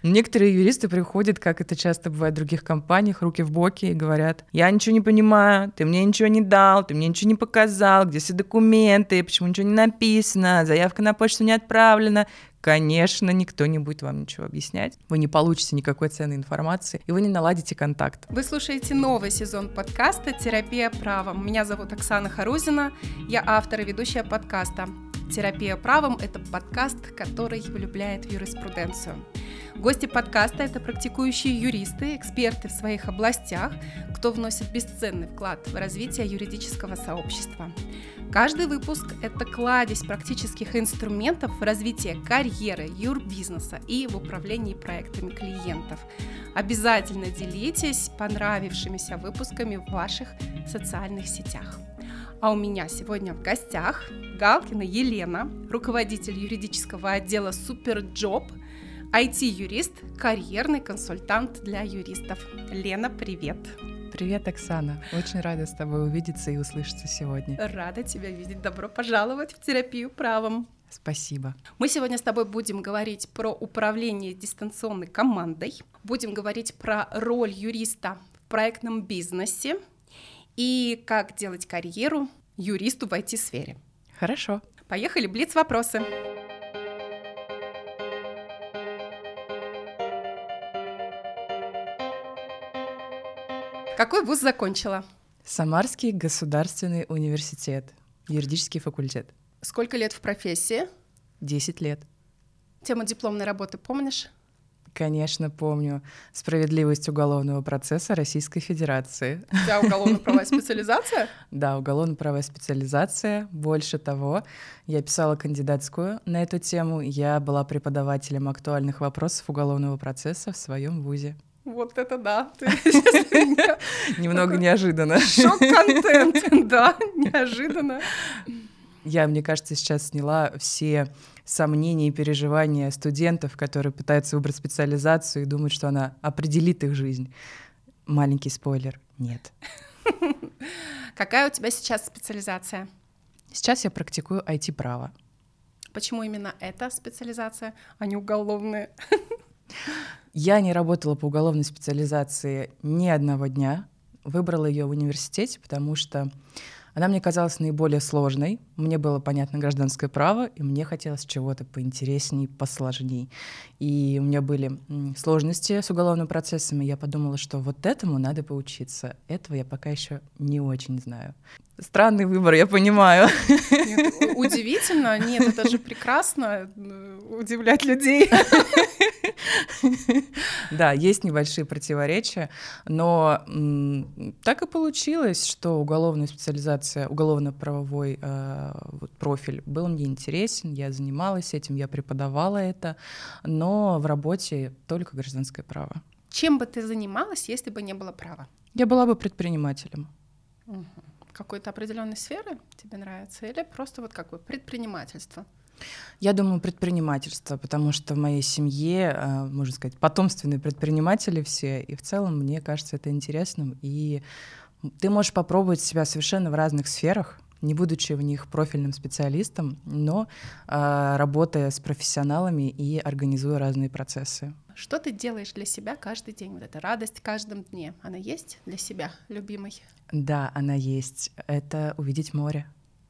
Некоторые юристы приходят, как это часто бывает в других компаниях, руки в боки и говорят: я ничего не понимаю, ты мне ничего не дал, ты мне ничего не показал, где все документы, почему ничего не написано, заявка на почту не отправлена. Конечно, никто не будет вам ничего объяснять. Вы не получите никакой ценной информации, и вы не наладите контакт. Вы слушаете новый сезон подкаста «Терапия правом». Меня зовут Оксана Харузина, я автор и ведущая подкаста. «Терапия правом» — это подкаст, который влюбляет в юриспруденцию. Гости подкаста — это практикующие юристы, эксперты в своих областях, кто вносит бесценный вклад в развитие юридического сообщества. Каждый выпуск — это кладезь практических инструментов в развитии карьеры, юрбизнеса и в управлении проектами клиентов. Обязательно делитесь понравившимися выпусками в ваших социальных сетях. А у меня сегодня в гостях Галкина Елена, руководитель юридического отдела Суперджоп, IT-юрист, карьерный консультант для юристов. Лена, привет! Привет, Оксана. Очень рада с тобой увидеться и услышаться сегодня. Рада тебя видеть. Добро пожаловать в терапию правом. Спасибо. Мы сегодня с тобой будем говорить про управление дистанционной командой, будем говорить про роль юриста в проектном бизнесе и как делать карьеру юристу в IT-сфере. Хорошо. Поехали, блиц-вопросы. Какой вуз закончила? Самарский государственный университет, юридический факультет. Сколько лет в профессии? 10 лет. Тему дипломной работы помнишь? Конечно, помню. Справедливость уголовного процесса Российской Федерации. У тебя уголовно-правовая специализация? Да, уголовно-правовая специализация. Больше того, я писала кандидатскую на эту тему. Я была преподавателем актуальных вопросов уголовного процесса в своем вузе. Вот это да. Немного неожиданно. Шок-контент, да, неожиданно. Я, мне кажется, сейчас сняла все сомнения и переживания студентов, которые пытаются выбрать специализацию и думают, что она определит их жизнь. Маленький спойлер — нет. Какая у тебя сейчас специализация? Сейчас я практикую IT-право. Почему именно эта специализация, а не уголовная? Я не работала по уголовной специализации ни одного дня. Выбрала ее в университете, потому что она мне казалась наиболее сложной. Мне было понятно гражданское право, и мне хотелось чего-то поинтересней, посложней. И у меня были сложности с уголовным процессом, и я подумала, что вот этому надо поучиться. Этого я пока еще не очень знаю. Странный выбор, я понимаю. Нет, удивительно. Нет, это же прекрасно удивлять людей. Да, есть небольшие противоречия, но так и получилось, что уголовная специализация, уголовно-правовой профиль был мне интересен, я занималась этим, я преподавала это, но в работе только гражданское право. Чем бы ты занималась, если бы не было права? Я была бы предпринимателем. Угу. Какой-то определенной сферы тебе нравится или просто вот как бы предпринимательство? Я думаю, предпринимательство, потому что в моей семье, можно сказать, потомственные предприниматели все, и в целом мне кажется это интересным. И ты можешь попробовать себя совершенно в разных сферах, не будучи в них профильным специалистом, но работая с профессионалами и организуя разные процессы. Что ты делаешь для себя каждый день? Вот эта радость в каждом дне, она есть для себя, любимой? Да, она есть. Это увидеть море.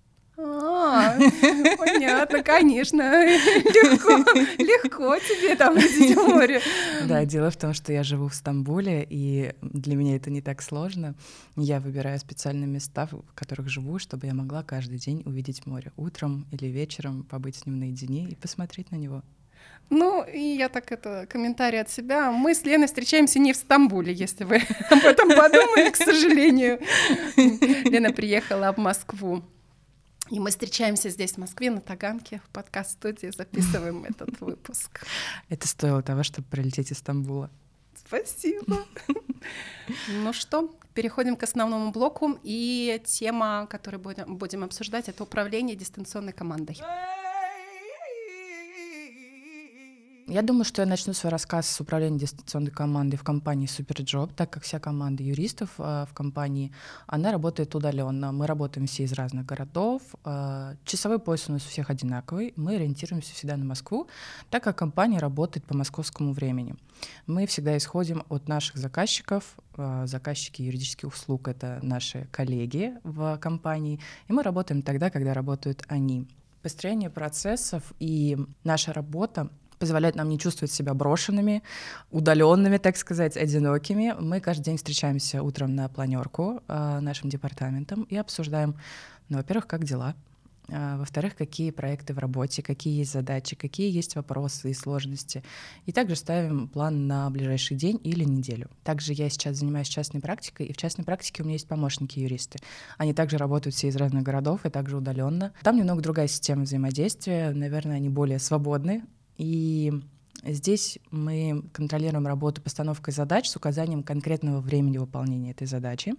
Понятно, конечно. Легко тебе там видеть море. Да, дело в том, что я живу в Стамбуле, и для меня это не так сложно. Я выбираю специальные места, в которых живу, чтобы я могла каждый день увидеть море. Утром или вечером побыть с ним наедине и посмотреть на него. Ну, и я так комментарий от себя. Мы с Леной встречаемся не в Стамбуле, если вы об этом подумали, к сожалению. Лена приехала в Москву. И мы встречаемся здесь, в Москве, на Таганке, в подкаст-студии, записываем этот выпуск. Это стоило того, чтобы прилететь из Стамбула. Спасибо. Ну что, переходим к основному блоку. И тема, которую будем обсуждать, это управление дистанционной командой. Я думаю, что я начну свой рассказ с управления дистанционной командой в компании Superjob, так как вся команда юристов в компании, она работает удаленно. Мы работаем все из разных городов. Часовой пояс у нас у всех одинаковый. Мы ориентируемся всегда на Москву, так как компания работает по московскому времени. Мы всегда исходим от наших заказчиков. Заказчики юридических услуг — это наши коллеги в компании, и мы работаем тогда, когда работают они. Построение процессов и наша работа позволяет нам не чувствовать себя брошенными, удаленными, так сказать, одинокими. Мы каждый день встречаемся утром на планерку нашим департаментом и обсуждаем, во-первых, как дела, во-вторых, какие проекты в работе, какие есть задачи, какие есть вопросы и сложности. И также ставим план на ближайший день или неделю. Также я сейчас занимаюсь частной практикой, и в частной практике у меня есть помощники-юристы. Они также работают все из разных городов и также удаленно. Там немного другая система взаимодействия, наверное, они более свободны. И здесь мы контролируем работу постановкой задач с указанием конкретного времени выполнения этой задачи,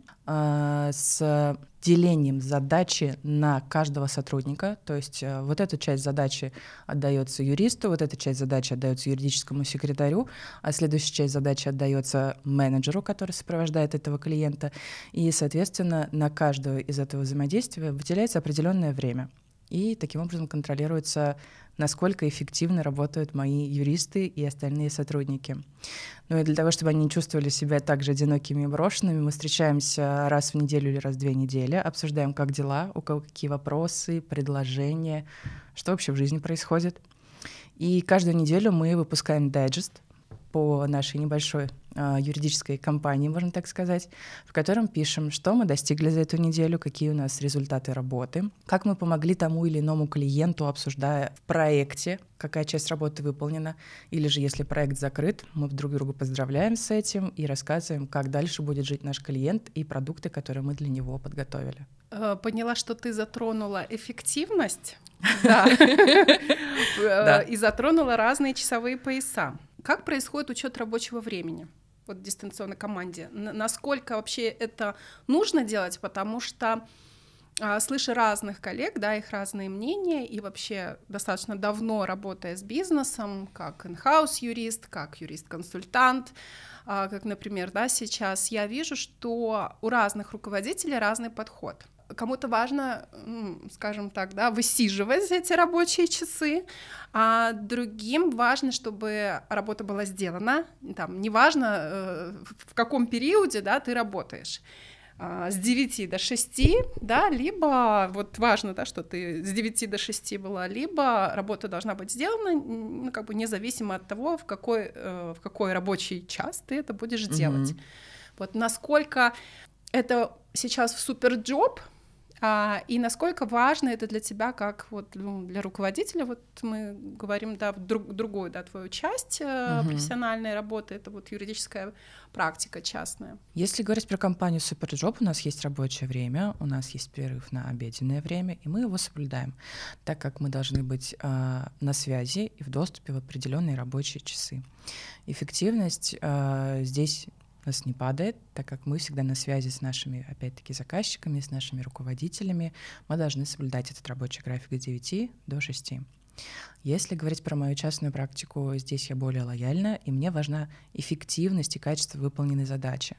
с делением задачи на каждого сотрудника. То есть вот эта часть задачи отдается юристу, вот эта часть задачи отдается юридическому секретарю, а следующая часть задачи отдается менеджеру, который сопровождает этого клиента. И, соответственно, на каждого из этого взаимодействия выделяется определенное время. И таким образом контролируется, насколько эффективно работают мои юристы и остальные сотрудники. Ну и для того, чтобы они не чувствовали себя также одинокими и брошенными, мы встречаемся раз в неделю или раз в 2 недели, обсуждаем, как дела, у кого какие вопросы, предложения, что вообще в жизни происходит. И каждую неделю мы выпускаем дайджест по нашей небольшой юридической компании, можно так сказать, в котором пишем, что мы достигли за эту неделю, какие у нас результаты работы, как мы помогли тому или иному клиенту, обсуждая в проекте, какая часть работы выполнена, или же если проект закрыт, мы друг друга поздравляем с этим и рассказываем, как дальше будет жить наш клиент и продукты, которые мы для него подготовили. Поняла, что ты затронула эффективность, и затронула разные часовые пояса. Как происходит учет рабочего времени в дистанционной команде? Насколько вообще это нужно делать? Потому что слышу разных коллег, да, их разные мнения, и вообще достаточно давно работая с бизнесом, как in-house юрист, как юрист-консультант, как, например, да, сейчас я вижу, что у разных руководителей разный подход. Кому-то важно, скажем так, да, высиживать эти рабочие часы, а другим важно, чтобы работа была сделана. Там, неважно, в каком периоде, да, ты работаешь. С 9 до 6, да, либо вот важно, да, что ты с 9 до 6 была, либо работа должна быть сделана, ну, как бы независимо от того, в какой рабочий час ты это будешь делать. Вот насколько это сейчас в Superjob, и насколько важно это для тебя, как вот, для руководителя, вот мы говорим, да, другую, да, твою часть профессиональной работы, это вот юридическая практика частная. Если говорить про компанию Superjob, у нас есть рабочее время, у нас есть перерыв на обеденное время, и мы его соблюдаем, так как мы должны быть на связи и в доступе в определенные рабочие часы. Эффективность здесь у нас не падает, так как мы всегда на связи с нашими, опять-таки, заказчиками, с нашими руководителями. Мы должны соблюдать этот рабочий график с 9 до 6. Если говорить про мою частную практику, здесь я более лояльна, и мне важна эффективность и качество выполненной задачи.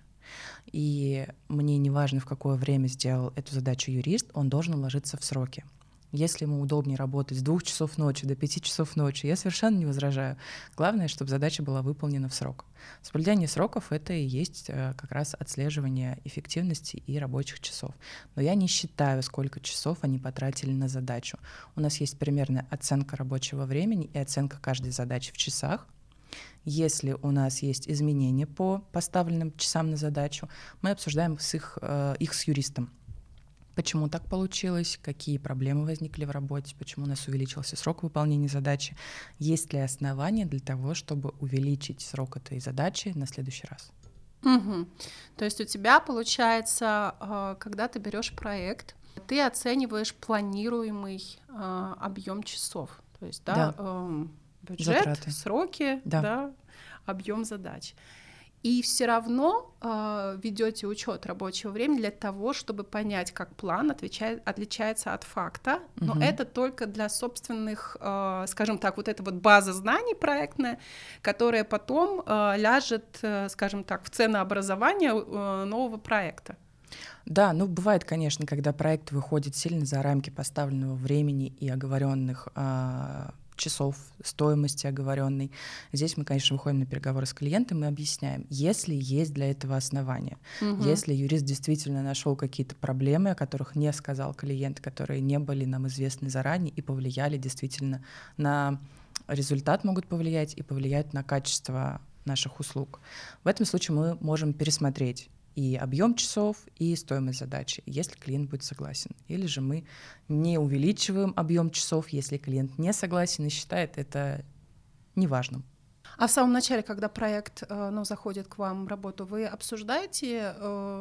И мне не важно, в какое время сделал эту задачу юрист, он должен уложиться в сроки. Если ему удобнее работать с 2 часов ночи до 5 часов ночи, я совершенно не возражаю. Главное, чтобы задача была выполнена в срок. Соблюдение сроков — это и есть как раз отслеживание эффективности и рабочих часов. Но я не считаю, сколько часов они потратили на задачу. У нас есть примерная оценка рабочего времени и оценка каждой задачи в часах. Если у нас есть изменения по поставленным часам на задачу, мы обсуждаем их с юристом. Почему так получилось, какие проблемы возникли в работе, почему у нас увеличился срок выполнения задачи, есть ли основания для того, чтобы увеличить срок этой задачи на следующий раз. То есть у тебя получается, когда ты берешь проект, ты оцениваешь планируемый объем часов, то есть бюджет, затраты, сроки, объем задач. И все равно ведете учет рабочего времени для того, чтобы понять, как план отличается от факта. Но это только для собственных, скажем так, вот эта вот база знаний проектная, которая потом ляжет, скажем так, в ценообразование нового проекта. Да, ну бывает, конечно, когда проект выходит сильно за рамки поставленного времени и оговоренных часов, стоимости оговоренной. Здесь мы, конечно, выходим на переговоры с клиентом и объясняем, если есть для этого основания, если юрист действительно нашел какие-то проблемы, о которых не сказал клиент, которые не были нам известны заранее и повлияли действительно на результат, могут повлиять и повлиять на качество наших услуг. В этом случае мы можем пересмотреть и объем часов, и стоимость задачи, если клиент будет согласен. Или же мы не увеличиваем объем часов, если клиент не согласен и считает это неважным. А в самом начале, когда проект заходит к вам в работу, вы обсуждаете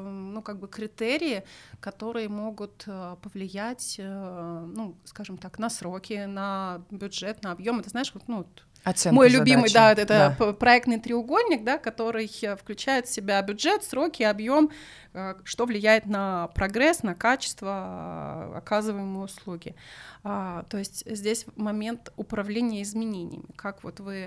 критерии, которые могут повлиять, скажем так, на сроки, на бюджет, на объем? Это, знаешь, оценку мой любимый, задачи. Это проектный треугольник, который включает в себя бюджет, сроки, объем, что влияет на прогресс, на качество оказываемой услуги. То есть здесь момент управления изменениями. Как вот вы,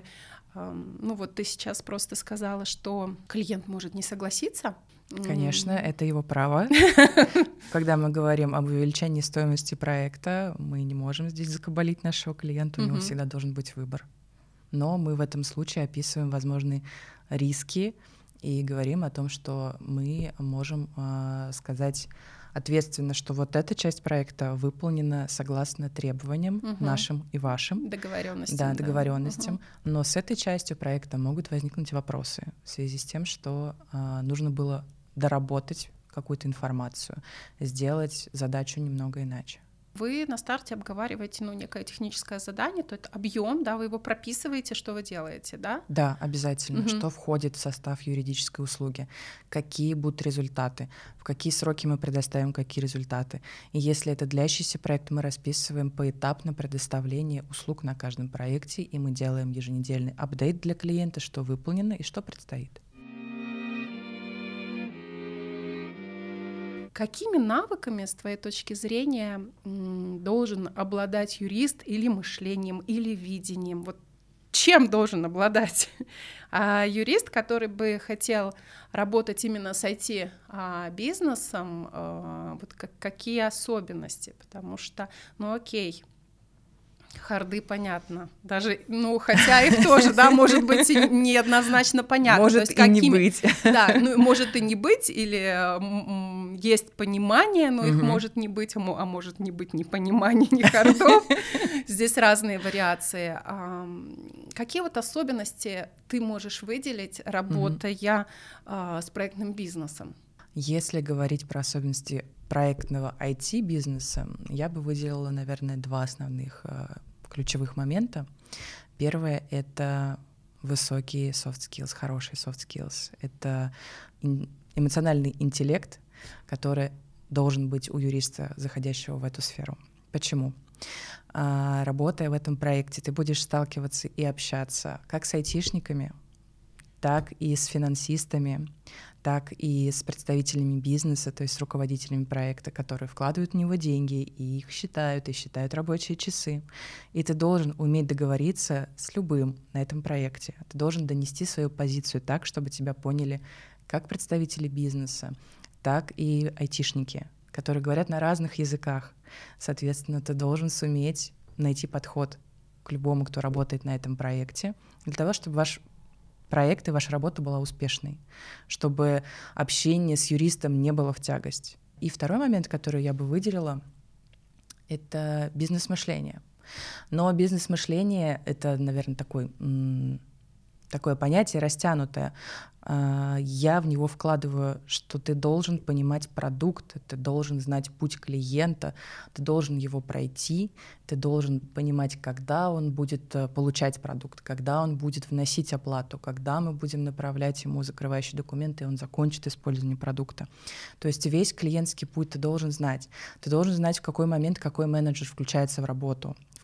ты сейчас просто сказала, что клиент может не согласиться. Конечно, это его право. Когда мы говорим об увеличении стоимости проекта, мы не можем здесь закабалить нашего клиента, у него всегда должен быть выбор. Но мы в этом случае описываем возможные риски и говорим о том, что мы можем сказать ответственно, что вот эта часть проекта выполнена согласно требованиям нашим и вашим. Договоренностям. Да, договоренностям. Но с этой частью проекта могут возникнуть вопросы в связи с тем, что нужно было доработать какую-то информацию, сделать задачу немного иначе. Вы на старте обговариваете некое техническое задание, то это объем, вы его прописываете, что вы делаете, да? Да, обязательно. Что входит в состав юридической услуги, какие будут результаты, в какие сроки мы предоставим какие результаты. И если это длящийся проект, мы расписываем поэтапно предоставление услуг на каждом проекте, и мы делаем еженедельный апдейт для клиента, что выполнено и что предстоит. Какими навыками, с твоей точки зрения, должен обладать юрист или мышлением, или видением? Вот чем должен обладать юрист, который бы хотел работать именно с IT-бизнесом? Вот какие особенности? Потому что, окей, харды понятно. Даже, хотя их тоже, может быть, неоднозначно понятно. Может и не быть. Да, может и не быть, или есть понимание, но их может не быть, а может не быть ни понимания, ни хардов. Здесь разные вариации. Какие вот особенности ты можешь выделить, работая с проектным бизнесом? Если говорить про особенности проектного IT-бизнеса, я бы выделила, наверное, два основных ключевых момента. Первое — это высокие soft skills, хорошие soft skills. Это эмоциональный интеллект, который должен быть у юриста, заходящего в эту сферу. Почему? Работая в этом проекте, ты будешь сталкиваться и общаться как с айтишниками, так и с финансистами, так и с представителями бизнеса, то есть с руководителями проекта, которые вкладывают в него деньги и их считают, и считают рабочие часы. И ты должен уметь договориться с любым на этом проекте. Ты должен донести свою позицию так, чтобы тебя поняли как представители бизнеса, так и айтишники, которые говорят на разных языках. Соответственно, ты должен суметь найти подход к любому, кто работает на этом проекте, для того, чтобы ваш проект и ваша работа была успешной, чтобы общение с юристом не было в тягость. И второй момент, который я бы выделила, это бизнес-мышление. Но бизнес-мышление — это, наверное, такое понятие растянутое. Я в него вкладываю, что ты должен понимать продукт, ты должен знать путь клиента, ты должен его пройти, ты должен понимать, когда он будет получать продукт, когда он будет вносить оплату, когда мы будем направлять ему закрывающие документы, и он закончит использование продукта. То есть весь клиентский путь ты должен знать. Ты должен знать, в какой момент какой менеджер включается в работу, в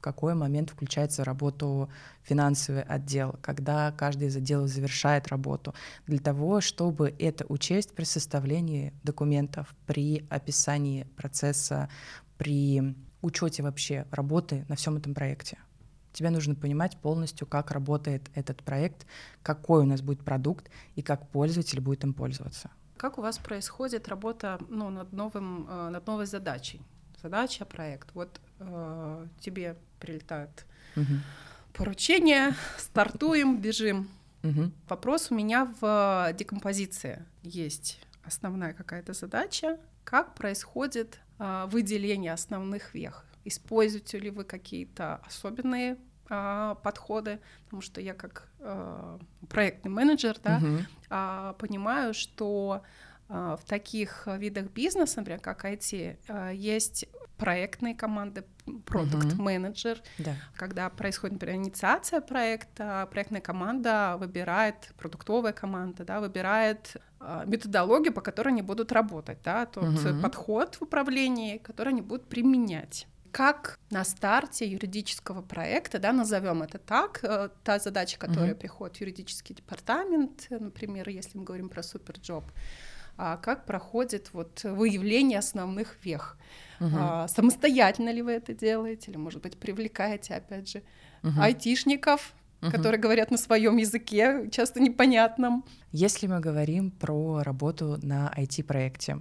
какой момент включается в работу финансовый отдел, когда каждый из отделов завершает работу, для того, чтобы это учесть при составлении документов, при описании процесса, при учете вообще работы на всем этом проекте. Тебе нужно понимать полностью, как работает этот проект, какой у нас будет продукт и как пользователь будет им пользоваться. Как у вас происходит работа над новой задачей? Задача, проект. Вот тебе прилетает поручение, стартуем, бежим. Вопрос у меня в декомпозиции. Есть основная какая-то задача. Как происходит выделение основных вех? Используете ли вы какие-то особенные подходы? Потому что я как проектный менеджер, понимаю, что в таких видах бизнеса, например, как IT, есть проектные команды, продукт-менеджер. Когда происходит, например, инициация проекта, проектная команда выбирает, продуктовая команда, выбирает методологию, по которой они будут работать, тот подход в управлении, который они будут применять. Как на старте юридического проекта, назовем это так, та задача, которая приходит в юридический департамент, например, если мы говорим про Суперджоп, как проходит выявление основных вех? Самостоятельно ли вы это делаете, или, может быть, привлекаете, опять же, айтишников, которые говорят на своем языке, часто непонятном? Если мы говорим про работу на IT-проекте,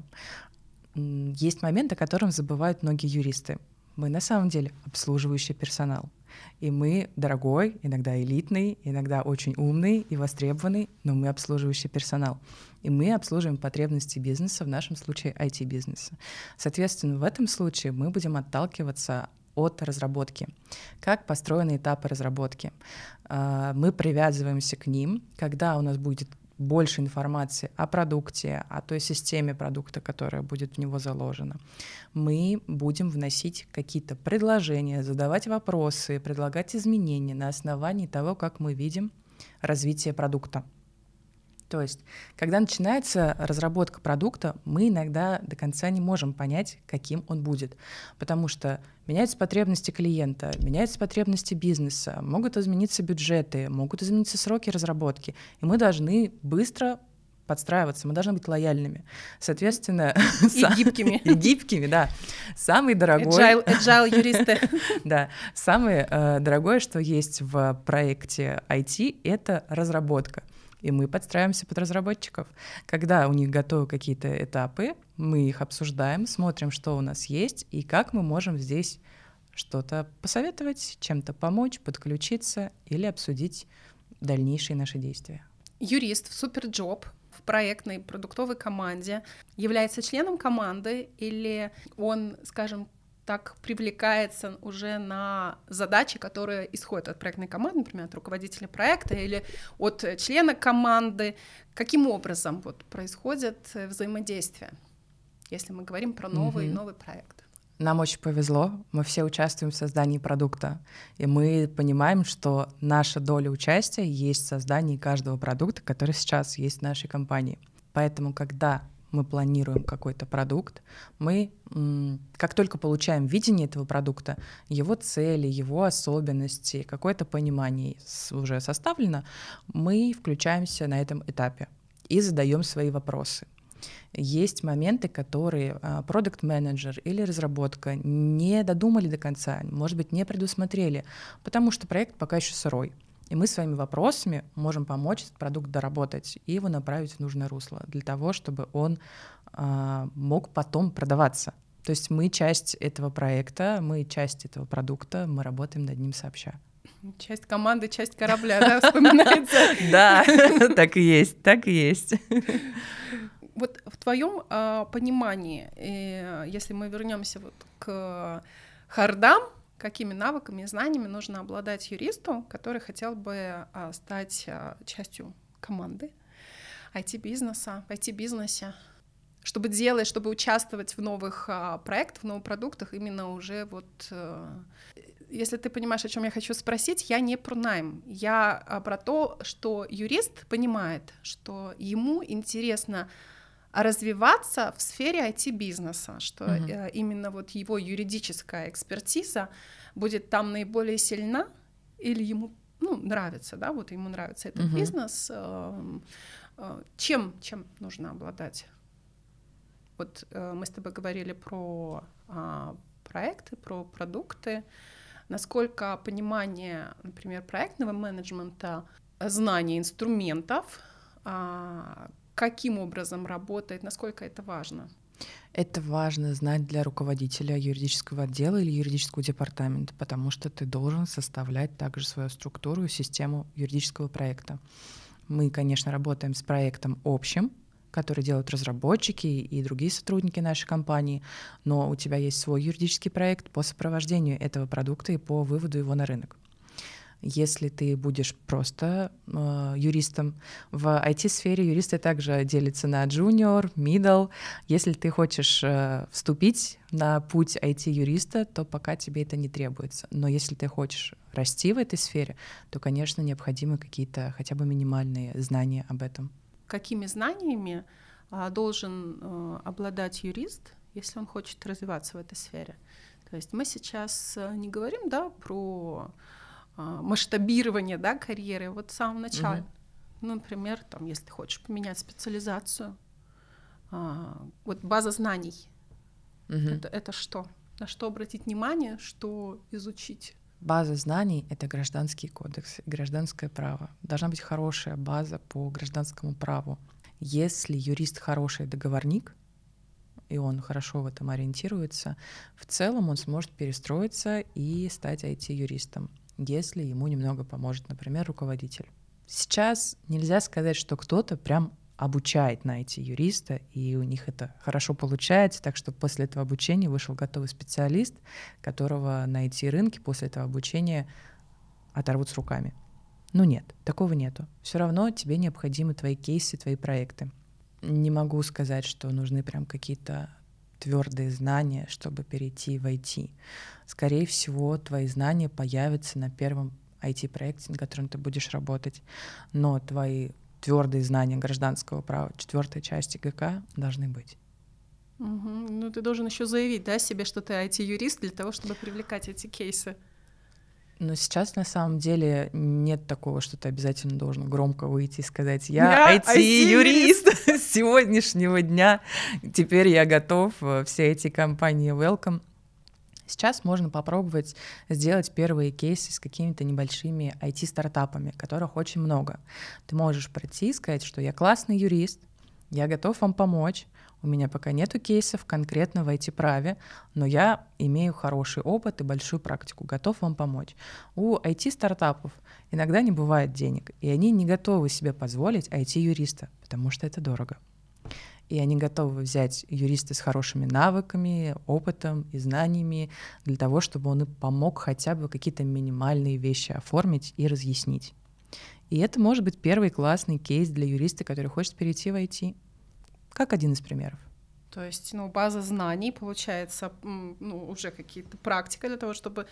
есть момент, о котором забывают многие юристы. Мы на самом деле обслуживающий персонал. И мы дорогой, иногда элитный, иногда очень умный и востребованный, но мы обслуживающий персонал. И мы обслуживаем потребности бизнеса, в нашем случае IT-бизнеса. Соответственно, в этом случае мы будем отталкиваться от разработки. Как построены этапы разработки? Мы привязываемся к ним, когда у нас будет больше информации о продукте, о той системе продукта, которая будет в него заложена. Мы будем вносить какие-то предложения, задавать вопросы, предлагать изменения на основании того, как мы видим развитие продукта. То есть, когда начинается разработка продукта, мы иногда до конца не можем понять, каким он будет, потому что меняются потребности клиента, меняются потребности бизнеса, могут измениться бюджеты, могут измениться сроки разработки, и мы должны быстро подстраиваться, мы должны быть лояльными. Соответственно... И гибкими. И гибкими, да. Самый дорогой... Agile юристы. Да. Самое дорогое, что есть в проекте IT, это разработка. И мы подстраиваемся под разработчиков. Когда у них готовы какие-то этапы, мы их обсуждаем, смотрим, что у нас есть, и как мы можем здесь что-то посоветовать, чем-то помочь, подключиться или обсудить дальнейшие наши действия. Юрист в Суперджоп в проектной продуктовой команде является членом команды или он, скажем так, привлекается уже на задачи, которые исходят от проектной команды, например, от руководителя проекта или от члена команды. Каким образом происходит взаимодействие, если мы говорим про новый проект? Нам очень повезло, мы все участвуем в создании продукта, и мы понимаем, что наша доля участия есть в создании каждого продукта, который сейчас есть в нашей компании. Поэтому, когда мы планируем какой-то продукт, мы, как только получаем видение этого продукта, его цели, его особенности, какое-то понимание уже составлено, мы включаемся на этом этапе и задаем свои вопросы. Есть моменты, которые продакт-менеджер или разработка не додумали до конца, может быть, не предусмотрели, потому что проект пока еще сырой. И мы своими вопросами можем помочь этот продукт доработать и его направить в нужное русло для того, чтобы он мог потом продаваться. То есть мы часть этого проекта, мы часть этого продукта, мы работаем над ним сообща. Часть команды, часть корабля, да, вспоминается? Да, так и есть, так и есть. Вот в твоем понимании, если мы вернемся к хардам, какими навыками и знаниями нужно обладать юристу, который хотел бы стать частью команды IT-бизнеса, в IT-бизнесе, чтобы участвовать в новых проектах, в новых продуктах, именно уже если ты понимаешь, о чем я хочу спросить, я не про найм, я про то, что юрист понимает, что ему интересно развиваться в сфере IT-бизнеса, что именно вот его юридическая экспертиза будет там наиболее сильна, или ему нравится, да, вот ему нравится этот бизнес, чем нужно обладать? Вот мы с тобой говорили про проекты, про продукты, насколько понимание, например, проектного менеджмента, знание инструментов, каким образом работает, насколько это важно? Это важно знать для руководителя юридического отдела или юридического департамента, потому что ты должен составлять также свою структуру и систему юридического проекта. Мы, конечно, работаем с проектом общим, который делают разработчики и другие сотрудники нашей компании, но у тебя есть свой юридический проект по сопровождению этого продукта и по выводу его на рынок. Если ты будешь просто юристом, в IT-сфере юристы также делятся на junior, middle. Если ты хочешь вступить на путь IT-юриста, то пока тебе это не требуется. Но если ты хочешь расти в этой сфере, то, конечно, необходимы какие-то хотя бы минимальные знания об этом. Какими знаниями должен обладать юрист, если он хочет развиваться в этой сфере? То есть мы сейчас не говорим, да, про масштабирование, да, карьеры вот в самом начале. Например, там, если ты хочешь поменять специализацию, вот база знаний. Это что? На что обратить внимание, что изучить? База знаний — это гражданский кодекс и гражданское право. Должна быть хорошая база по гражданскому праву. Если юрист хороший договорник, и он хорошо в этом ориентируется, в целом он сможет перестроиться и стать IT-юристом, если ему немного поможет, например, руководитель. Сейчас нельзя сказать, что кто-то прям обучает на IT-юриста, и у них это хорошо получается, так что после этого обучения вышел готовый специалист, которого на IT-рынке после этого обучения оторвут с руками. Ну нет, такого нету. Все равно тебе необходимы твои кейсы, твои проекты. Не могу сказать, что нужны прям какие-то твердые знания, чтобы перейти в IT. Скорее всего, твои знания появятся на первом IT-проекте, на котором ты будешь работать, но твои твердые знания гражданского права 4-й части ГК должны быть. Ну, ты должен еще заявить, да, себе, что ты IT-юрист, для того, чтобы привлекать эти кейсы. Но сейчас на самом деле нет такого, что ты обязательно должен громко выйти и сказать: «Я IT-юрист с сегодняшнего дня, теперь я готов, все эти компании welcome». Сейчас можно попробовать сделать первые кейсы с какими-то небольшими IT-стартапами, которых очень много. Ты можешь прийти и сказать, что я классный юрист, я готов вам помочь, у меня пока нету кейсов конкретно в IT-праве, но я имею хороший опыт и большую практику, готов вам помочь. У IT-стартапов иногда не бывает денег, и они не готовы себе позволить IT-юриста, потому что это дорого. И они готовы взять юриста с хорошими навыками, опытом и знаниями для того, чтобы он им помог хотя бы какие-то минимальные вещи оформить и разъяснить. И это может быть первый классный кейс для юриста, который хочет перейти в IT, как один из примеров. То есть, база знаний, получается, уже какие-то практика для того, чтобы,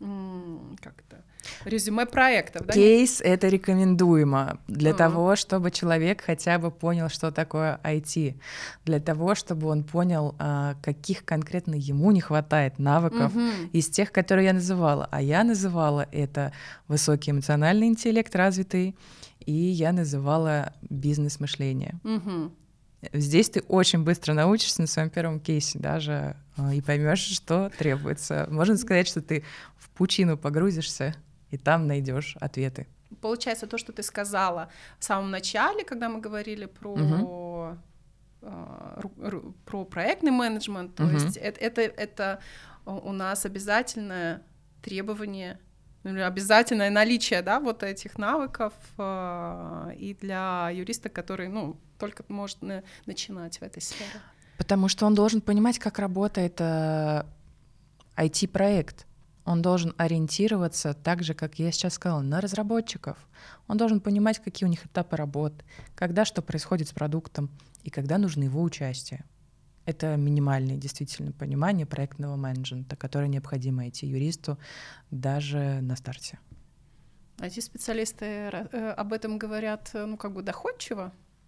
резюме проектов, да? Кейс — это рекомендуемо для того, чтобы человек хотя бы понял, что такое IT, для того, чтобы он понял, каких конкретно ему не хватает навыков из тех, которые я называла. А я называла это высокий эмоциональный интеллект развитый, и я называла бизнес-мышление. Здесь ты очень быстро научишься на своем первом кейсе даже и поймешь, что требуется. Можно сказать, что ты в пучину погрузишься и там найдешь ответы. Получается, то, что ты сказала в самом начале, когда мы говорили про проектный менеджмент, то есть это у нас обязательное требование, обязательное наличие, да, вот этих навыков и для юриста, который, только может начинать в этой сфере. Потому что он должен понимать, как работает IT-проект. Он должен ориентироваться так же, как я сейчас сказала, на разработчиков. Он должен понимать, какие у них этапы работы, когда что происходит с продуктом и когда нужно его участие. Это минимальное действительно понимание проектного менеджмента, которое необходимо IT-юристу даже на старте. IT-специалисты об этом говорят, доходчиво.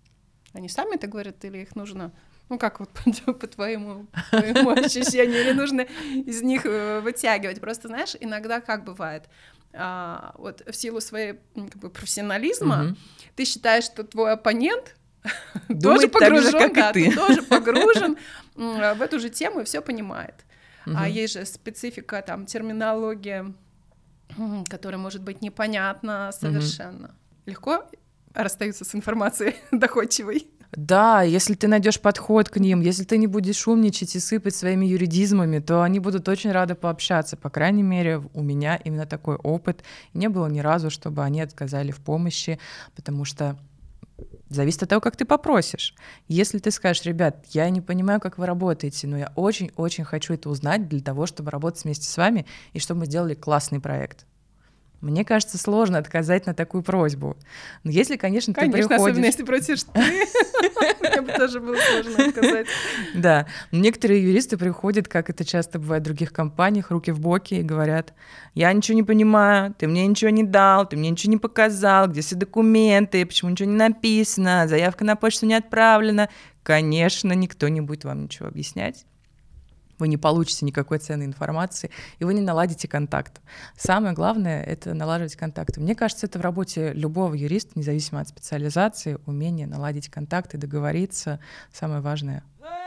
Они сами это говорят или их нужно, ну как вот по твоему ощущению, или нужно из них вытягивать? Просто, знаешь, иногда как бывает, вот в силу своей как бы, профессионализма ты считаешь, что твой оппонент тоже погружен, ты тоже погружен в эту же тему и все понимает. А есть же специфика, там, терминология, которая может быть непонятна совершенно. Легко расстаются с информацией доходчивой. Да, если ты найдешь подход к ним, если ты не будешь умничать и сыпать своими юридизмами, то они будут очень рады пообщаться. По крайней мере, у меня именно такой опыт. Не было ни разу, чтобы они отказали в помощи, потому что зависит от того, как ты попросишь. Если ты скажешь: ребят, я не понимаю, как вы работаете, но я очень-очень хочу это узнать для того, чтобы работать вместе с вами и чтобы мы сделали классный проект. Мне кажется, сложно отказать на такую просьбу. Но если, конечно, ты приходишь... особенно если просишь ты. Мне бы тоже было сложно отказать. Да. Некоторые юристы приходят, как это часто бывает в других компаниях, руки в боки и говорят: я ничего не понимаю, ты мне ничего не дал, ты мне ничего не показал, где все документы, почему ничего не написано, заявка на почту не отправлена. Конечно, никто не будет вам ничего объяснять. Вы не получите никакой ценной информации, и вы не наладите контакт. Самое главное — это налаживать контакты. Мне кажется, это в работе любого юриста, независимо от специализации, умение наладить контакты, договориться — самое важное.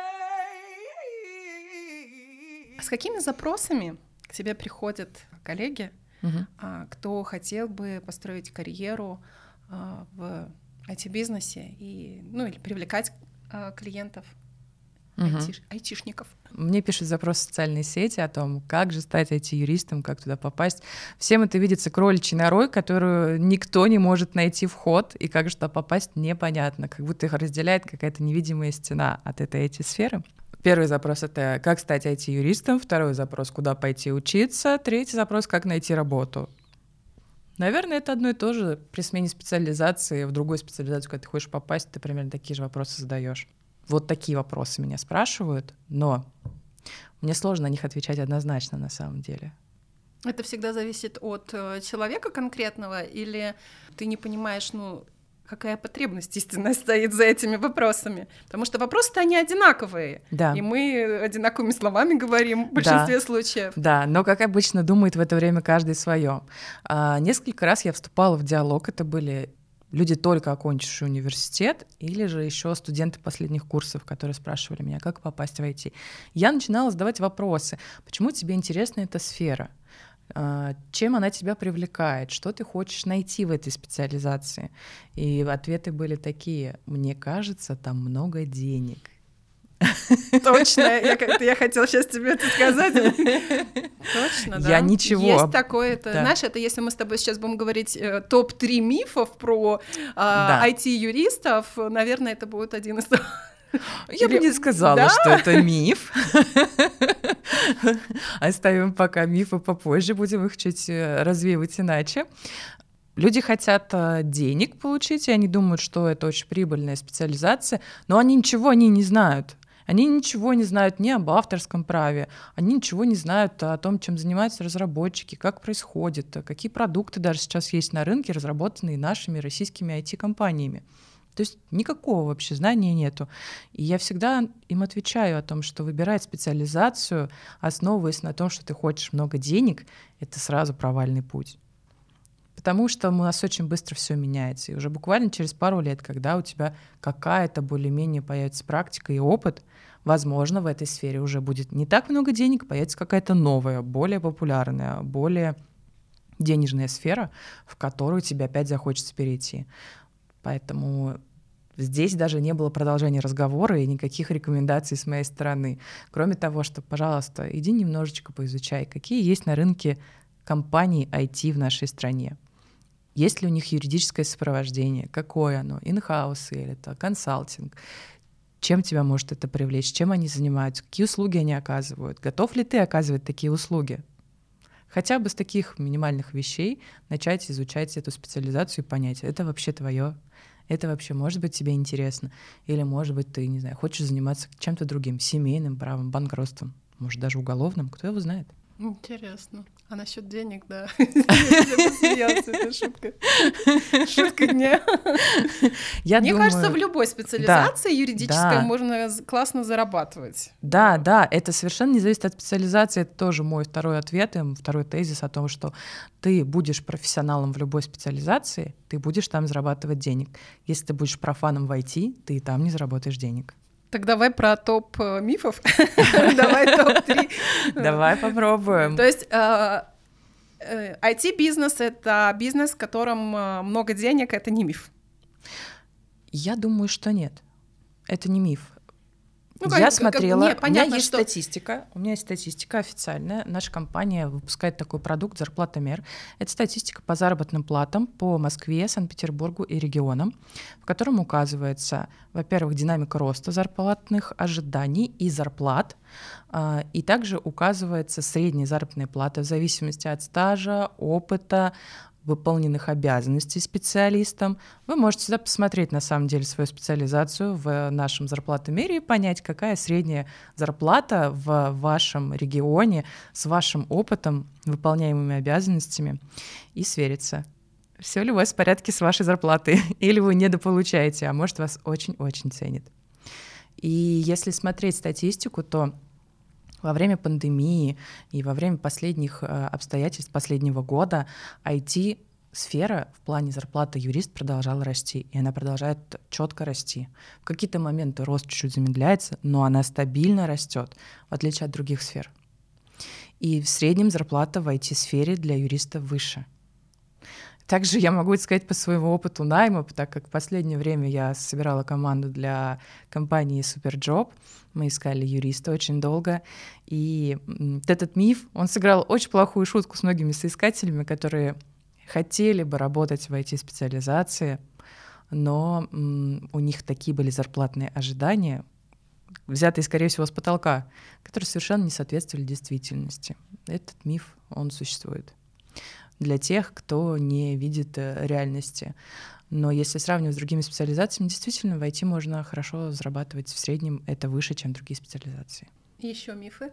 С какими запросами к тебе приходят коллеги, кто хотел бы построить карьеру в IT-бизнесе или привлекать клиентов? Айтишников. Мне пишут запрос в социальные сети о том, как же стать IT-юристом, как туда попасть. Всем это видится кроличьей норой, которую никто не может найти вход, и как же туда попасть, непонятно, как будто их разделяет какая-то невидимая стена от этой IT-сферы. Первый запрос — это как стать IT-юристом, второй запрос — куда пойти учиться, третий запрос — как найти работу. Наверное, это одно и то же. При смене специализации в другую специализацию, когда ты хочешь попасть, ты примерно такие же вопросы задаешь. Вот такие вопросы меня спрашивают, но мне сложно на них отвечать однозначно на самом деле. Это всегда зависит от человека конкретного, или ты не понимаешь, какая потребность истинно стоит за этими вопросами? Потому что вопросы-то они одинаковые, да. И мы одинаковыми словами говорим в большинстве случаев. Да, но, как обычно, думает в это время каждый свое. Несколько раз я вступала в диалог, это были люди, только окончившие университет, или же еще студенты последних курсов, которые спрашивали меня, как попасть в IT. Я начинала задавать вопросы. Почему тебе интересна эта сфера? Чем она тебя привлекает? Что ты хочешь найти в этой специализации? И ответы были такие: мне кажется, там много денег. Точно, я хотела сейчас тебе это сказать. Точно, да. Я ничего. Есть такое, знаешь, это если мы с тобой сейчас будем говорить топ-3 мифов про IT-юристов, наверное, это будет один из... Я бы не сказала, что это миф. Оставим пока мифы попозже, будем их чуть развивать иначе. Люди хотят денег получить, и они думают, что это очень прибыльная специализация, но они ничего не знают. Они ничего не знают ни об авторском праве, они ничего не знают о том, чем занимаются разработчики, как происходит, какие продукты даже сейчас есть на рынке, разработанные нашими российскими IT-компаниями. То есть никакого вообще знания нету. И я всегда им отвечаю о том, что выбирать специализацию, основываясь на том, что ты хочешь много денег, это сразу провальный путь. Потому что у нас очень быстро все меняется. И уже буквально через пару лет, когда у тебя какая-то более-менее появится практика и опыт, возможно, в этой сфере уже будет не так много денег, появится какая-то новая, более популярная, более денежная сфера, в которую тебе опять захочется перейти. Поэтому здесь даже не было продолжения разговора и никаких рекомендаций с моей стороны. Кроме того, что, пожалуйста, иди немножечко поизучай, какие есть на рынке компании IT в нашей стране. Есть ли у них юридическое сопровождение? Какое оно? Инхаус или это консалтинг? Чем тебя может это привлечь? Чем они занимаются? Какие услуги они оказывают? Готов ли ты оказывать такие услуги? Хотя бы с таких минимальных вещей начать изучать эту специализацию и понять, это вообще твое, это вообще может быть тебе интересно, или может быть ты, не знаю, хочешь заниматься чем-то другим, семейным правом, банкротством, может даже уголовным, кто его знает. Интересно. А насчет денег, да. Я посмеялся, это шутка. Шутка дня. Мне кажется, в любой специализации юридической можно классно зарабатывать. Да, это совершенно не зависит от специализации. Это тоже мой второй ответ, второй тезис о том, что ты будешь профессионалом в любой специализации, ты будешь там зарабатывать денег. Если ты будешь профаном в IT, ты и там не заработаешь денег. Так давай про топ мифов. Давай топ-3. Давай попробуем. То есть IT-бизнес — это бизнес, в котором много денег, это не миф? Я думаю, что нет. Это не миф. Я смотрела, у меня есть статистика официальная. Наша компания выпускает такой продукт «Зарплатомер». Это статистика по заработным платам по Москве, Санкт-Петербургу и регионам, в котором указывается, во-первых, динамика роста зарплатных ожиданий и зарплат, и также указывается средняя заработная плата в зависимости от стажа, опыта, выполненных обязанностей специалистам. Вы можете всегда посмотреть, на самом деле, свою специализацию в нашем зарплатомере и понять, какая средняя зарплата в вашем регионе с вашим опытом, выполняемыми обязанностями, и свериться. Все ли у вас в порядке с вашей зарплатой? Или вы недополучаете, а может, вас очень-очень ценят. И если смотреть статистику, то во время пандемии и во время последних обстоятельств последнего года IT-сфера в плане зарплаты юрист продолжала расти, и она продолжает четко расти. В какие-то моменты рост чуть-чуть замедляется, но она стабильно растет, в отличие от других сфер. И в среднем зарплата в IT-сфере для юриста выше. Также я могу сказать по своему опыту найма, так как в последнее время я собирала команду для компании Superjob. Мы искали юриста очень долго. И этот миф, он сыграл очень плохую шутку с многими соискателями, которые хотели бы работать в IT-специализации, но у них такие были зарплатные ожидания, взятые, скорее всего, с потолка, которые совершенно не соответствовали действительности. Этот миф, он существует для тех, кто не видит реальности. Но если сравнивать с другими специализациями, действительно, в IT можно хорошо зарабатывать в среднем, это выше, чем другие специализации. Еще мифы?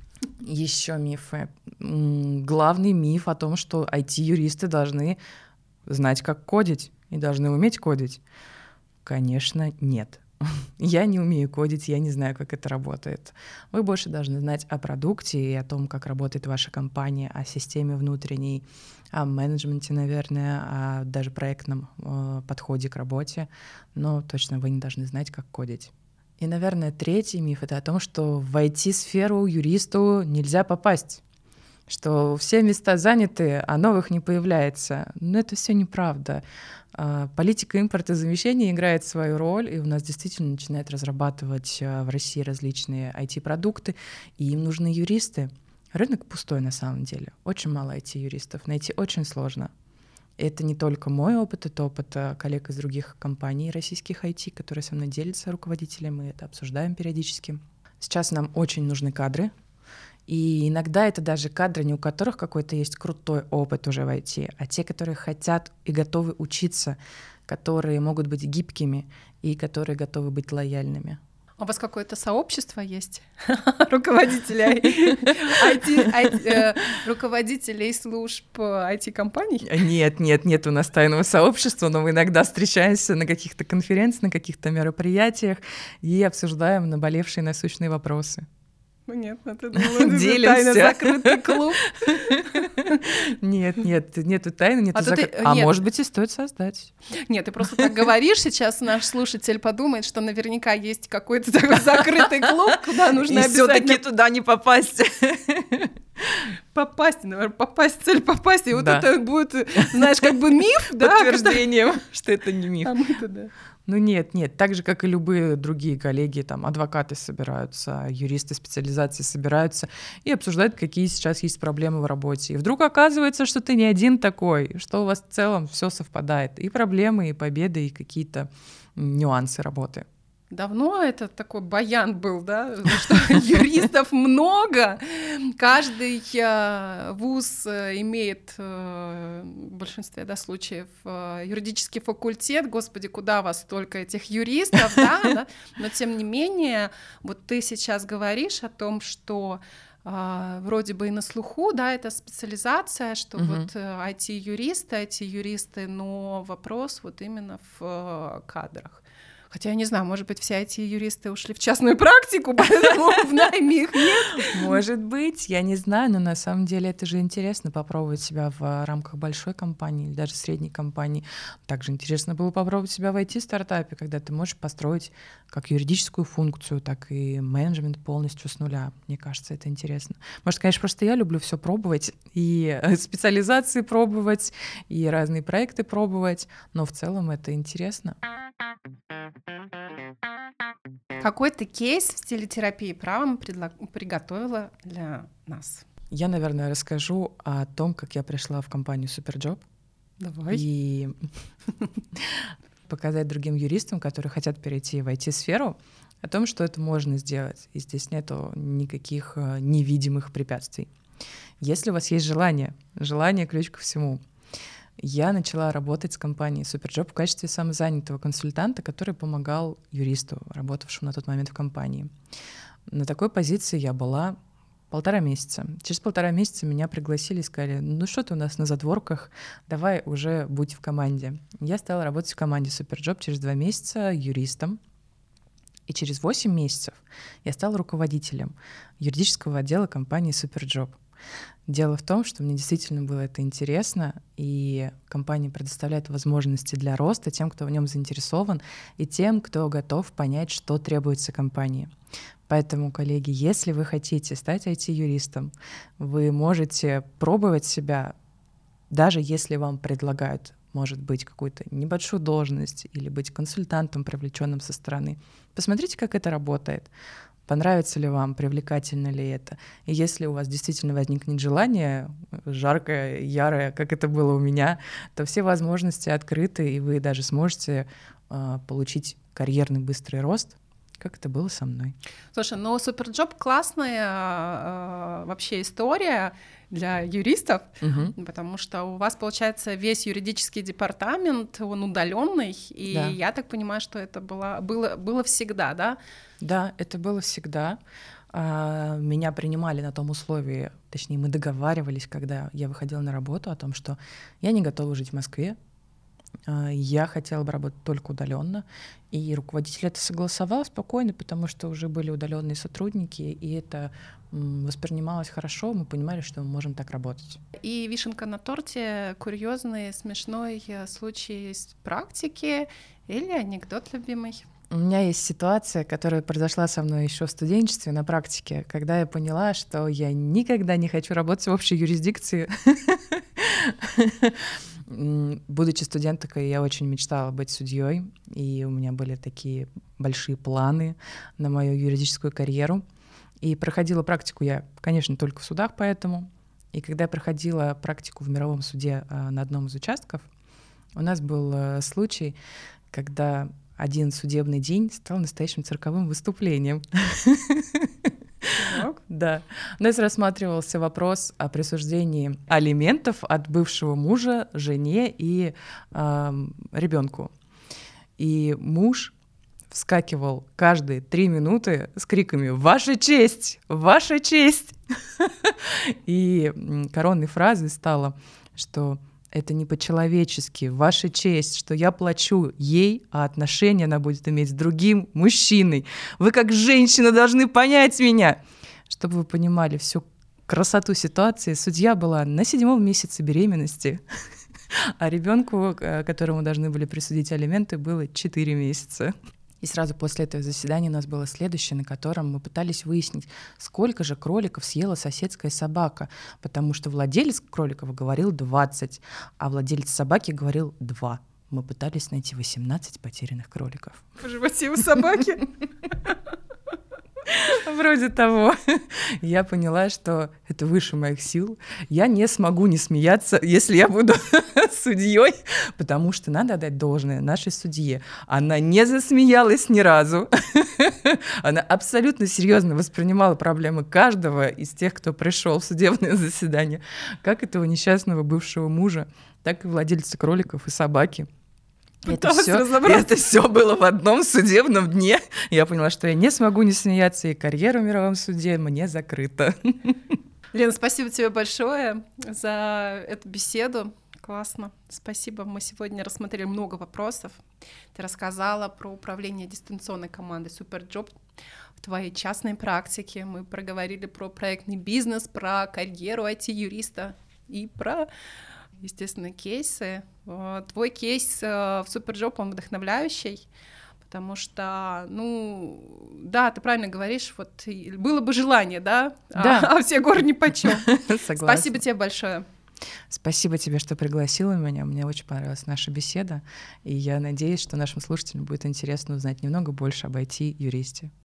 Еще мифы. Главный миф о том, что IT-юристы должны знать, как кодить, и должны уметь кодить. Конечно, нет. Я не умею кодить, я не знаю, как это работает. Вы больше должны знать о продукте и о том, как работает ваша компания, о системе внутренней, о менеджменте, наверное, о даже проектном подходе к работе, но точно вы не должны знать, как кодить. И, наверное, третий миф — это о том, что в IT-сферу юристу нельзя попасть, что все места заняты, а новых не появляется. Но это все неправда. Политика импортозамещения играет свою роль, и у нас действительно начинают разрабатывать в России различные IT-продукты, и им нужны юристы. Рынок пустой на самом деле. Очень мало IT-юристов. Найти очень сложно. Это не только мой опыт, это опыт коллег из других компаний российских IT, которые со мной делятся руководителем, мы это обсуждаем периодически. Сейчас нам очень нужны кадры. И иногда это даже кадры, не у которых какой-то есть крутой опыт уже в IT, а те, которые хотят и готовы учиться, которые могут быть гибкими и которые готовы быть лояльными. У вас какое-то сообщество есть руководителей руководителей служб IT-компаний? Нет у нас тайного сообщества, но мы иногда встречаемся на каких-то конференциях, на каких-то мероприятиях и обсуждаем наболевшие насущные вопросы. Понятно, ты думала, это тайно закрытый клуб. Нету тайны, нету закрытый. А может быть, и стоит создать. Нет, ты просто так говоришь, сейчас наш слушатель подумает, что наверняка есть какой-то такой закрытый клуб, куда нужно обязательно... И всё-таки туда не попасть. Попасть, цель попасть, и вот это будет, знаешь, как бы миф, да? Подтверждением, что это не миф. А мы-то, да. Ну нет, так же, как и любые другие коллеги, там, адвокаты собираются, юристы специализации собираются и обсуждают, какие сейчас есть проблемы в работе. И вдруг оказывается, что ты не один такой, что у вас в целом все совпадает. И проблемы, и победы, и какие-то нюансы работы. Давно это такой баян был, да, что юристов много, каждый вуз имеет в большинстве случаев юридический факультет, господи, куда вас столько этих юристов, да, но тем не менее, вот ты сейчас говоришь о том, что вроде бы и на слуху, да, это специализация, что вот IT-юристы, но вопрос вот именно в кадрах. Хотя я не знаю, может быть, все IT-юристы ушли в частную практику, поэтому в найме их нет. Может быть, я не знаю, но на самом деле это же интересно попробовать себя в рамках большой компании или даже средней компании. Также интересно было попробовать себя в IT-стартапе, когда ты можешь построить как юридическую функцию, так и менеджмент полностью с нуля. Мне кажется, это интересно. Может, конечно, просто я люблю все пробовать, и специализации пробовать, и разные проекты пробовать, но в целом это интересно. Какой ты кейс в стиле терапии правом приготовила для нас? Я, наверное, расскажу о том, как я пришла в компанию Superjob. Давай. И показать другим юристам, которые хотят перейти в IT-сферу, о том, что это можно сделать. И здесь нету никаких невидимых препятствий. Если у вас есть желание — ключ ко всему. Я начала работать с компанией Superjob в качестве самозанятого консультанта, который помогал юристу, работавшему на тот момент в компании. На такой позиции я была 1,5 месяца. Через 1,5 месяца меня пригласили и сказали: ну что ты у нас на задворках, давай уже будь в команде. Я стала работать в команде Superjob через 2 месяца юристом. И через 8 месяцев я стала руководителем юридического отдела компании Superjob. Дело в том, что мне действительно было это интересно, и компания предоставляет возможности для роста тем, кто в нем заинтересован, и тем, кто готов понять, что требуется компании. Поэтому, коллеги, если вы хотите стать IT-юристом, вы можете пробовать себя, даже если вам предлагают, может быть, какую-то небольшую должность или быть консультантом, привлеченным со стороны. Посмотрите, как это работает. Понравится ли вам, привлекательно ли это. И если у вас действительно возникнет желание, жаркое, ярое, как это было у меня, то все возможности открыты, и вы даже сможете получить карьерный быстрый рост, как это было со мной. Слушай, ну Superjob классная вообще история для юристов, потому что у вас, получается, весь юридический департамент, он удаленный, и да. Я так понимаю, что это было всегда, да? Да, это было всегда. Меня принимали на том условии, точнее, мы договаривались, когда я выходила на работу, о том, что я не готова жить в Москве, я хотела бы работать только удаленно, и руководитель это согласовал спокойно, потому что уже были удаленные сотрудники, и это воспринималось хорошо, мы понимали, что мы можем так работать. И вишенка на торте — курьезный, смешной случай из практики или анекдот любимый? У меня есть ситуация, которая произошла со мной еще в студенчестве на практике, когда я поняла, что я никогда не хочу работать в общей юрисдикции. Будучи студенткой, я очень мечтала быть судьей, и у меня были такие большие планы на мою юридическую карьеру. И проходила практику я, конечно, только в судах поэтому. И когда я проходила практику в мировом суде на одном из участков, у нас был случай, когда один судебный день стал настоящим цирковым выступлением. Да. У нас рассматривался вопрос о присуждении алиментов от бывшего мужа жене и ребенку. И муж вскакивал каждые 3 минуты с криками: «Ваша честь! Ваша честь!» И коронной фразой стало, что это не по-человечески, ваша честь, что я плачу ей, а отношения она будет иметь с другим мужчиной. Вы как женщина должны понять меня. Чтобы вы понимали всю красоту ситуации, судья была на 7-м месяце беременности, а ребенку, которому должны были присудить алименты, было 4 месяца. И сразу после этого заседания у нас было следующее, на котором мы пытались выяснить, сколько же кроликов съела соседская собака, потому что владелец кроликов говорил 20, а владелец собаки говорил 2. Мы пытались найти 18 потерянных кроликов. В животе у собаки? Вроде того. Я поняла, что это выше моих сил. Я не смогу не смеяться, если я буду судьей, потому что надо отдать должное нашей судье. Она не засмеялась ни разу. Она абсолютно серьезно воспринимала проблемы каждого из тех, кто пришел в судебное заседание, как этого несчастного бывшего мужа, так и владельца кроликов и собаки. Это все было в одном судебном дне. Я поняла, что я не смогу не смеяться, и карьера в мировом суде мне закрыта. Лена, спасибо тебе большое за эту беседу. Классно. Спасибо. Мы сегодня рассмотрели много вопросов. Ты рассказала про управление дистанционной командой Superjob в твоей частной практике. Мы проговорили про проектный бизнес, про карьеру IT-юриста и про, естественно, кейсы. Твой кейс в Superjob, он вдохновляющий, потому что, да, ты правильно говоришь, вот было бы желание, да, а все горы нипочем. Спасибо тебе большое. Спасибо тебе, что пригласила меня. Мне очень понравилась наша беседа, и я надеюсь, что нашим слушателям будет интересно узнать немного больше об IT-юристе.